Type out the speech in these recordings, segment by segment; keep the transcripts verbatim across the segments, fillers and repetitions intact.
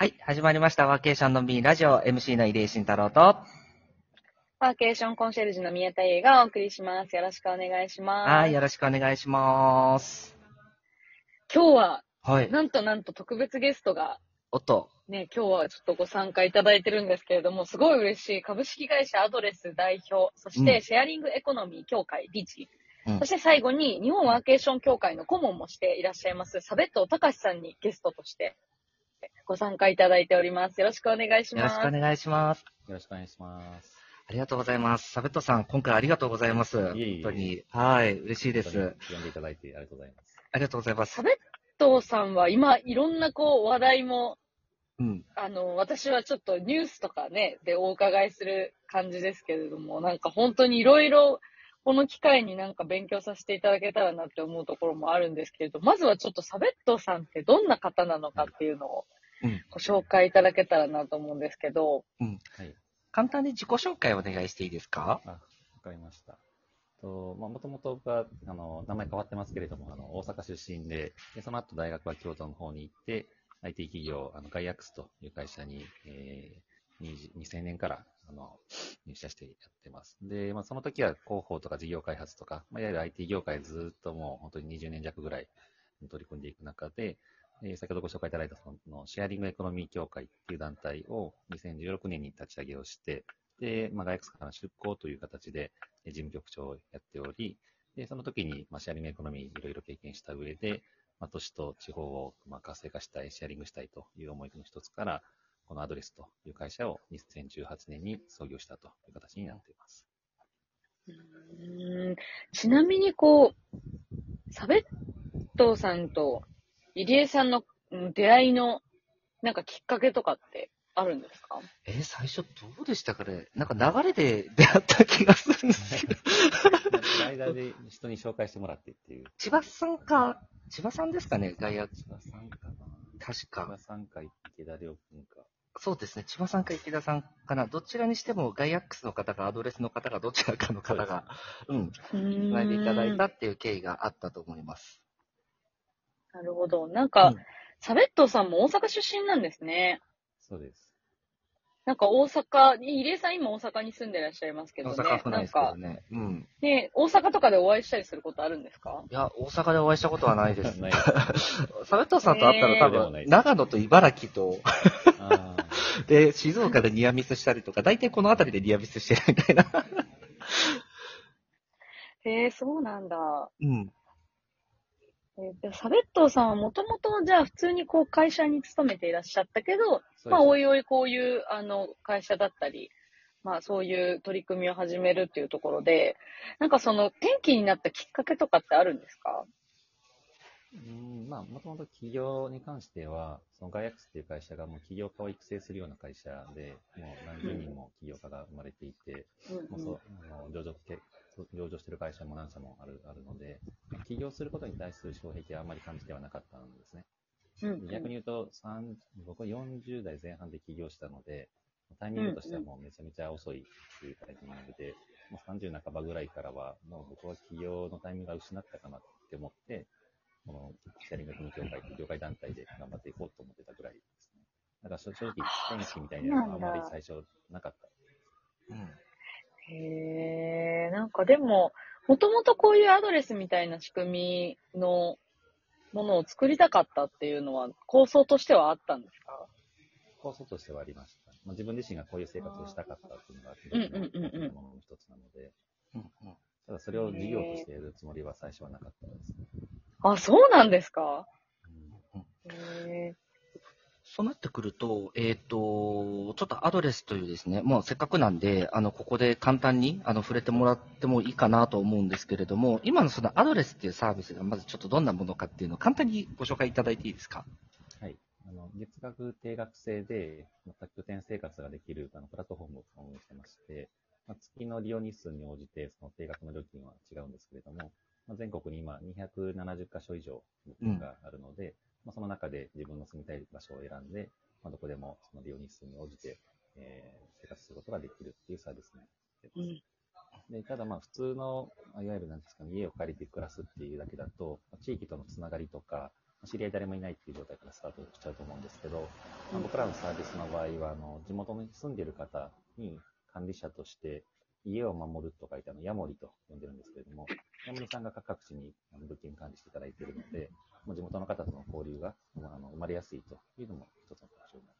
はい、始まりました。ワーケーションの B ラジオ エムシー の入江慎太郎と、 ワーケーションコンシェルジュの宮田優がお送りします。よろしくお願いしはい、 ます。 よろしくお願いします。 今日は、 はい。 なんとなんと特別ゲストが、 おっと、 ね、今日はちょっとご参加いただいてるんですけれども、すごい嬉しい株式会社アドレス代表、そうん、 してシェアリングエコノミー協会理事、 うん。 そして最後に日本ワーケーション協会の顧問もしていらっしゃいます、サベット隆さんにゲストとしてご参加いただいております。よろしくお願いしよろしくます。 お願いします。 よろしくお願いします。 ありがとうございます。サベットさん、今回ありがとうございます。 いえいえ本当に。はい、嬉しいです。 呼んでいただいてありがとうございます。 ありがとうございます。 サベットさんは今いろんなこう話題もうん。 あの、私はちょっとニュースとかね、でお伺いする感じですけれども、なんか本当にいろいろこの機会になんか勉強させていただけたらなって思うところもあるんですけれど、まずはちょっとサベットさんってどんな方なのかっていうのをうん。 ご紹介いただけたらなと思うんですけど。 うん。 はい。 簡単に自己紹介をお願いしていいですか？ あ、わかりました。と、まあ、もともと僕は、あの、名前変わってますけれども、あの、大阪出身で、で、その後大学は京都の方に行って、アイティー 企業、あの、ガイアックスという会社に、えー、にせんねんから、あの、入社してやってます。で、まあ、その時は広報とか事業開発とか、まあ、いわゆる アイティー 業界ずっともう本当ににじゅうねん弱ぐらい取り組んでいく中で、えー、先ほどご紹介いただいたそのシェアリングエコノミー協会っていう団体をにせんじゅうろくねんに立ち上げをして、で、まあ、ガイアックスから出向という形で事務局長をやっており、で、その時に、まあ、シェアリングエコノミーいろいろ経験した上で、まあ、都市と地方を、まあ、活性化したい、シェアリングしたいという思いの一つから、このアドレスという会社をにせんじゅうはちねんに創業したという形になっています。 うーんちなみにこう、サベットさんと入江さんのうん出会いのなんかきっかけとかってあるんですか？ えー最初どうでしたかね？なんか流れで出会った気がするんですけど。 間で人に紹介してもらってっていう。 千葉さんか、千葉さんですかね、外野。 千葉さんかな。 確か。 千葉さんか池田亮君か。 そうですね。千葉さんか池田さんかな。どちらにしても、ガイアックスの方かアドレスの方がどちらかの方が、う,、ん、 うつないでいただいーん。 たっていう経緯があったと思います。 なるほど。なんか、 うん。 サベットさんも大阪出身なんですね。 そうです。 なんか大阪、入江さん今大阪に住んでらっしゃいますけ大どね。 阪府内ですけどなんか、 ね。うん。 ね、大阪とかでお会いしたりすることあるんですか？ いや、大阪でお会いしたことはないです。 ないですね。 サベットさんと会ったら多え分、 え長野と茨城と、 ああ。 で、静岡でニアミスしたりとか、大体この辺りでニアミスしてるみたいな。 ー、えー、そうなんだ。 うん。 えー、でサベットさんはもともとじゃあ普通にこう会社に勤めていらっしゃったけど、まあそうです。 おいおいこういうあの会社だったり、まあそういう取り組みを始めるっていうところで、なんかその転機になったきっかけとかってあるんですか？ うん、まあ、もともと企業に関しては、そのガイアックスっていう会社がもう起業家を育成するような会社で、もう何十人も起業家が生まれていて、もううんそうあの上場して上場してる会社も何社もあるあるので、起業することに対する障壁はあんまり感じてはなかったんですね。 うんうん逆に言うと、僕はよんじゅう代前半で起業したので、タイミングとしてはもうめちゃめちゃ遅いっていうタイミングで、もうさんじゅう半ばぐらいからは、もう僕は起業のタイミングが失ったかなって思って、このシェアリング組協会という業界団体で頑張っていこうと思ってたぐらいですね。だから正直、転機みたいなのはあんまり最初なかった。 うん。 へえ、なんかでも、もともとこういうアドレスみたいな仕組みのものを作りたかったっていうのは構想としてはあったんですか？ 構想としてはありました。まあ、自分自身がこういう生活をしたかったっていうのが、 うんうんうんうんものの一つなので、 うんうん。 ただそれを事業としてやるつもりは最初はなかったですね。 あ、そうなんですか？ うん、 へえ。 そうなってくると、えっ、と、ちょっとアドレスというですね、もうせっかくなんで、あの、ここで簡単にあの触れてもらってもいいかなと思うんですけれども、今のそのアドレスっていうサービスがまずちょっとどんなものかっていうのを簡単にご紹介いただいていいですか？ はい。あの、月額定額制で、全く拠点生活ができるあのプラットフォームを運営してまして、まあ、月の利用日数に応じて、その定額の料金は違うんですけれども、まあ、全国に今にひゃくななじゅっかしょ以上物件があるので、うん、まあ、その中で自分の住みたい場所を選んで、まあ、どこでもその利用日数に応じて、えー、生活することができるっていうサービスになっています。うん、でただまあ普通の、いわゆるなんですかね、家を借りて暮らすっていうだけだと、地域とのつながりとか、知り合い誰もいないっていう状態からスタートしちゃうと思うんですけど、 まあ僕らのサービスの場合は、あの、地元に住んでいる方に管理者として、家を守ると書いて、あの、ヤモリと呼んでるんですけれども、ヤモリさんが各地にあの物件管理していただいているので、もう地元の方との交流が、まあ、あの生まれやすいというのも一つの特徴になり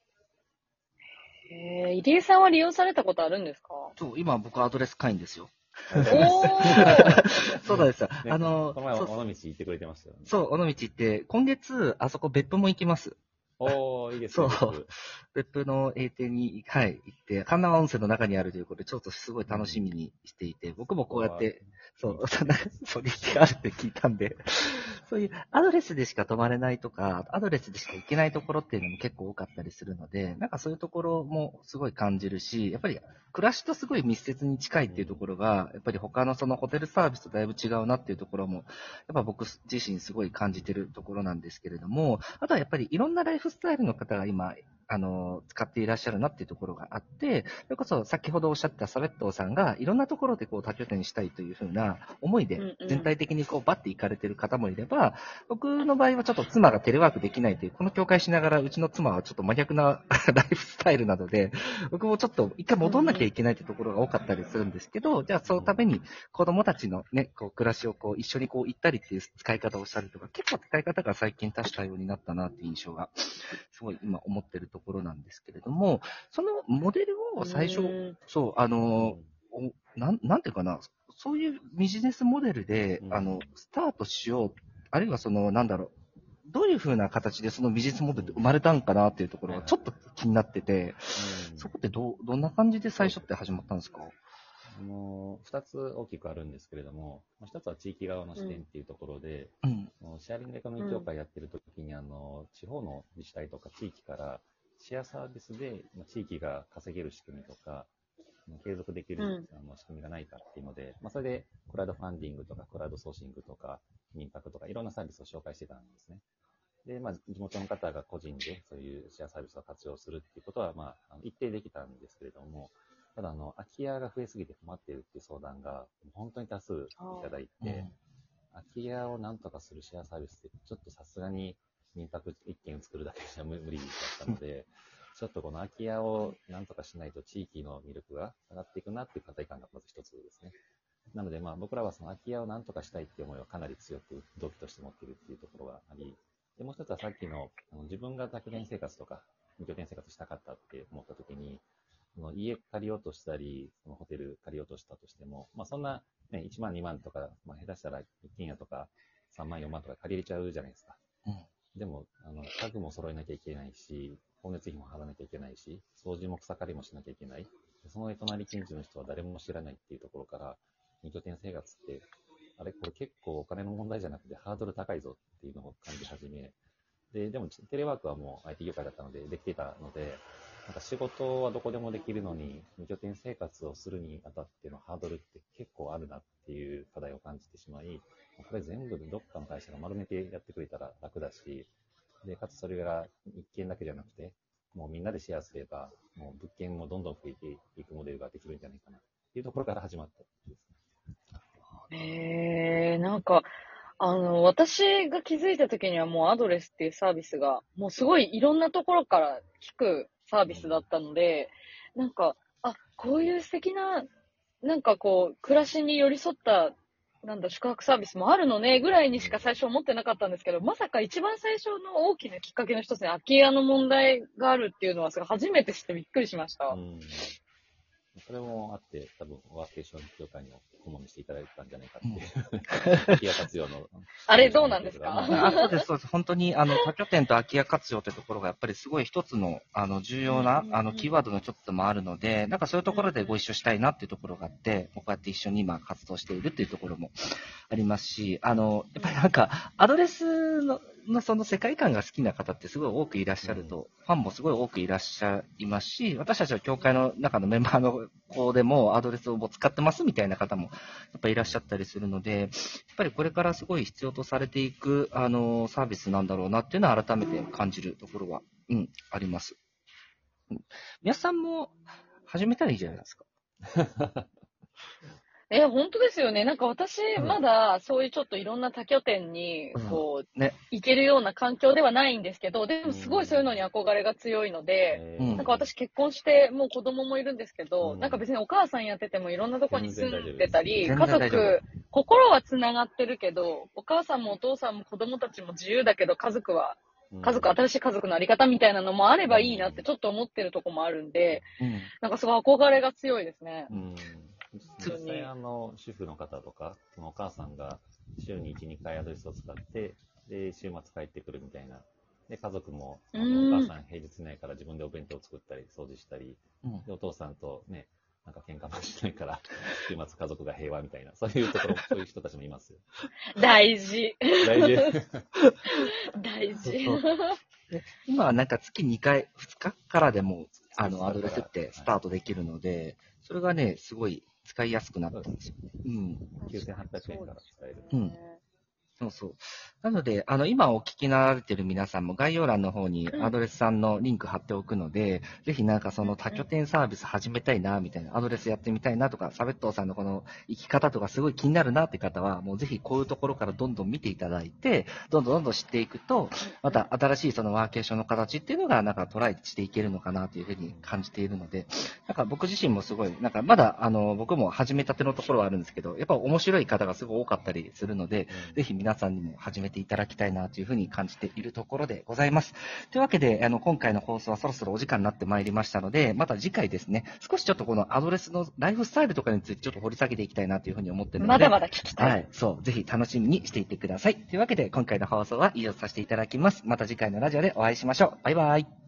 えー、入江さんは利用されたことあるんですか？ そう、今僕アドレス会員ですよ。 おーそうなんですよ。 ねあの、 この前、尾そう道行ってくれてましたよね。 そう、尾道行って、今月、あそこ別府も行きます。 おー、いいですそうね。別府別府の栄転に、はい、行って、神奈川温泉の中にあるということで、ちょっとすごい楽しみにしていて、僕もこうやって、そう、そんな、そう、人気があるって聞いたんで、そういうアドレスでしか泊まれないとか、アドレスでしか行けないところっていうのも結構多かったりするので、なんかそういうところもすごい感じるし、やっぱり暮らしとすごい密接に近いっていうところが、やっぱり他のそのホテルサービスとだいぶ違うなっていうところも、やっぱ僕自身すごい感じてるところなんですけれども、あとはやっぱりいろんなライフスタイルの方が今、あの、使っていらっしゃるなっていうところがあって、それこそ先ほどおっしゃったサベットさんがいろんなところでこう多拠点にしたいというふうな思いでうんうん全体的にこうバッて行かれてる方もいれば、僕の場合はちょっと妻がテレワークできないという、この境界しながらうちの妻はちょっと真逆なライフスタイルなので、僕もちょっと一回戻んなきゃいけないというところが多かったりするんですけど、じゃあそのために子供たちのね、こう暮らしをこう一緒にこう行ったりっていう使い方をしたりとか、結構使い方が最近多種多様になったなっていう印象がすごい今思ってるところなんですけれども、そのモデルを最初、 うんそう、あの、おなん、なんていうかな、そういうビジネスモデルで、 うんあの、スタートしよう、あるいはその、なんだろう、どういう風な形でそのビジネスモデルって生まれたんかなっていうところがちょっと気になってて、 うんそこってどう、どんな感じで最初って始まったんですか？ あの、二つ大きくあるんですけれども、まあ一つは地域側の視点っていうところで、 うん。 あのシェアリングエコノミー協会やってる時に、あの、地方の自治体とか地域からシェアサービスでまあ地域が稼げる仕組みとか、あの継続できる、 うんあの仕組みがないかっていうので、まあ、それでクラウドファンディングとかクラウドソーシングとか民泊とかいろんなサービスを紹介してたんですね。で、まあ、地元の方が個人でそういうシェアサービスを活用するっていうことは、まあ、あの一定できたんですけれども、ただ、あの、空き家が増えすぎて困っているっていう相談が本当に多数いただいて、空き家をなんとかするシェアサービスって、ちょっとさすがに民泊一軒作るだけじゃ無理だったので、ちょっとこの空き家をなんとかしないと地域の魅力が下がっていくなっていう課題感がまず一つですね。なので、まあ僕らはその空き家をなんとかしたいっていう思いをかなり強く動機として持っているっていうところがあり、で、もう一つはさっきの、あの自分が多拠点生活とか無拠点生活したかったって思った時に、その家借りようとしたり、そのホテル借りようとしたとしても、まあそんな、ね、いちまんにまんとか、まあ下手したら一軒家とかさんまんよんまんとか借りれちゃうじゃないですか。 うん。 でも、あの、家具も揃えなきゃいけないし、光熱費も払わなきゃいけないし、掃除も草刈りもしなきゃいけない。その隣近所の人は誰も知らないっていうところから、二拠点生活って、あれ、これ結構お金の問題じゃなくてハードル高いぞっていうのを感じ始め、で、でもテレワークはもう アイティー 業界だったのでできていたので、なんか仕事はどこでもできるのに、二拠点生活をするにあたってのハードルって結構あるなっていう課題を感じてしまい、これ全部どっかの会社が丸めてやってくれたら楽だし、で、かつそれが一件だけじゃなくて、もうみんなでシェアすれば、もう物件もどんどん増えていくモデルができるんじゃないかなっていうところから始まったですね。 へえ、なんか、あの、私が気づいた時にはもうアドレスっていうサービスが、もうすごいいろんなところから聞くサービスだったので、なんか、あ、こういう素敵な、なんかこう、暮らしに寄り添った、なんだ、宿泊サービスもあるのね、ぐらいにしか最初思ってなかったんですけど、まさか一番最初の大きなきっかけの一つに空き家の問題があるっていうのは、それ初めて知ってびっくりしました。 うんそれもあって、多分ワーケーション協会にも顧問にしていただいたんじゃないかっていう、空き家活用の。 あれどうなんですか？ あ、そうです、そうです。本当に、あの、多拠点と空き家活用というところが、やっぱりすごい一つの、あの、重要な、あの、キーワードの一つでもあるので、なんかそういうところでご一緒したいなっていうところがあって、こうやって一緒に今活動しているっていうところもありますし、あの、やっぱりなんか、アドレスの、のその世界観が好きな方ってすごい多くいらっしゃると、ファンもすごい多くいらっしゃいますし、私たちの協会の中のメンバーの子でもアドレスをもう使ってますみたいな方もやっぱりいらっしゃったりするので、やっぱりこれからすごい必要とされていく、あの、サービスなんだろうなっていうのは改めて感じるところは、うん、あります。うん、皆さんも始めたらいいじゃないですか。 え、本当ですよね。なんか私、 うんまだそういうちょっといろんな多拠点にうん、 こう、 ね。 行けるような環境ではないんですけど、でもすごいそういうのに憧れが強いので、 えうんなんか私結婚してもう子供もいるんですけど、 うんなんか別にお母さんやっててもいろんなとこに住んでたり、 全家然大丈夫。 族、心は繋がってるけど、お母さんもお父さんも子供たちも自由だけど、家族は、家族、新しい家族のあり方みたいなのもあればいいなってちょっと思ってるとこもあるんで、 うん。 なんかすごい憧れが強いですね。 うん。実際、あの、主婦の方とか、そのお母さんが週にいち、にかいアドレスを使って、で、週末帰ってくるみたいな。で、家族も、あのうんお母さん平日ないから自分でお弁当を作ったり、掃除したり、 うん。 で、お父さんとね、なんか喧嘩もしないから、週末家族が平和みたいな、そういうところ、そういう人たちもいますよ。 大事。 大事。 大事。 そうで今はなんか月にかい、ふつかからでも、あの、 ふつかからアドレスってスタートできるので、それがね、すごい使いやすくなってるんですよ。うん。 きゅうせんはっぴゃくえんから使える。 うんそうそう。なので、あの、今お聞きになられている皆さんも概要欄の方にアドレスさんのリンク貼っておくので、ぜひなんかその多拠点サービス始めたいな、みたいな、アドレスやってみたいなとか、サベットーさんのこの生き方とかすごい気になるなって方は、もうぜひこういうところからどんどん見ていただいて、どんどんどんどん知っていくと、また新しいそのワーケーションの形っていうのがなんかトライしていけるのかなというふうに感じているので、なんか僕自身もすごい、なんかまだあの、僕も始めたてのところはあるんですけど、やっぱ面白い方がすごい多かったりするので、ぜひ皆さんにも始めていただきたいなというふうに感じているところでございます。というわけで、あの、今回の放送はそろそろお時間になってまいりましたので、また次回ですね、少しちょっとこのアドレスのライフスタイルとかについてちょっと掘り下げていきたいなというふうに思っているので、 まだまだ聞きたい。 はい、そう、ぜひ楽しみにしていってください。というわけで、今回の放送は以上させていただきます。また次回のラジオでお会いしましょう。バイバイ。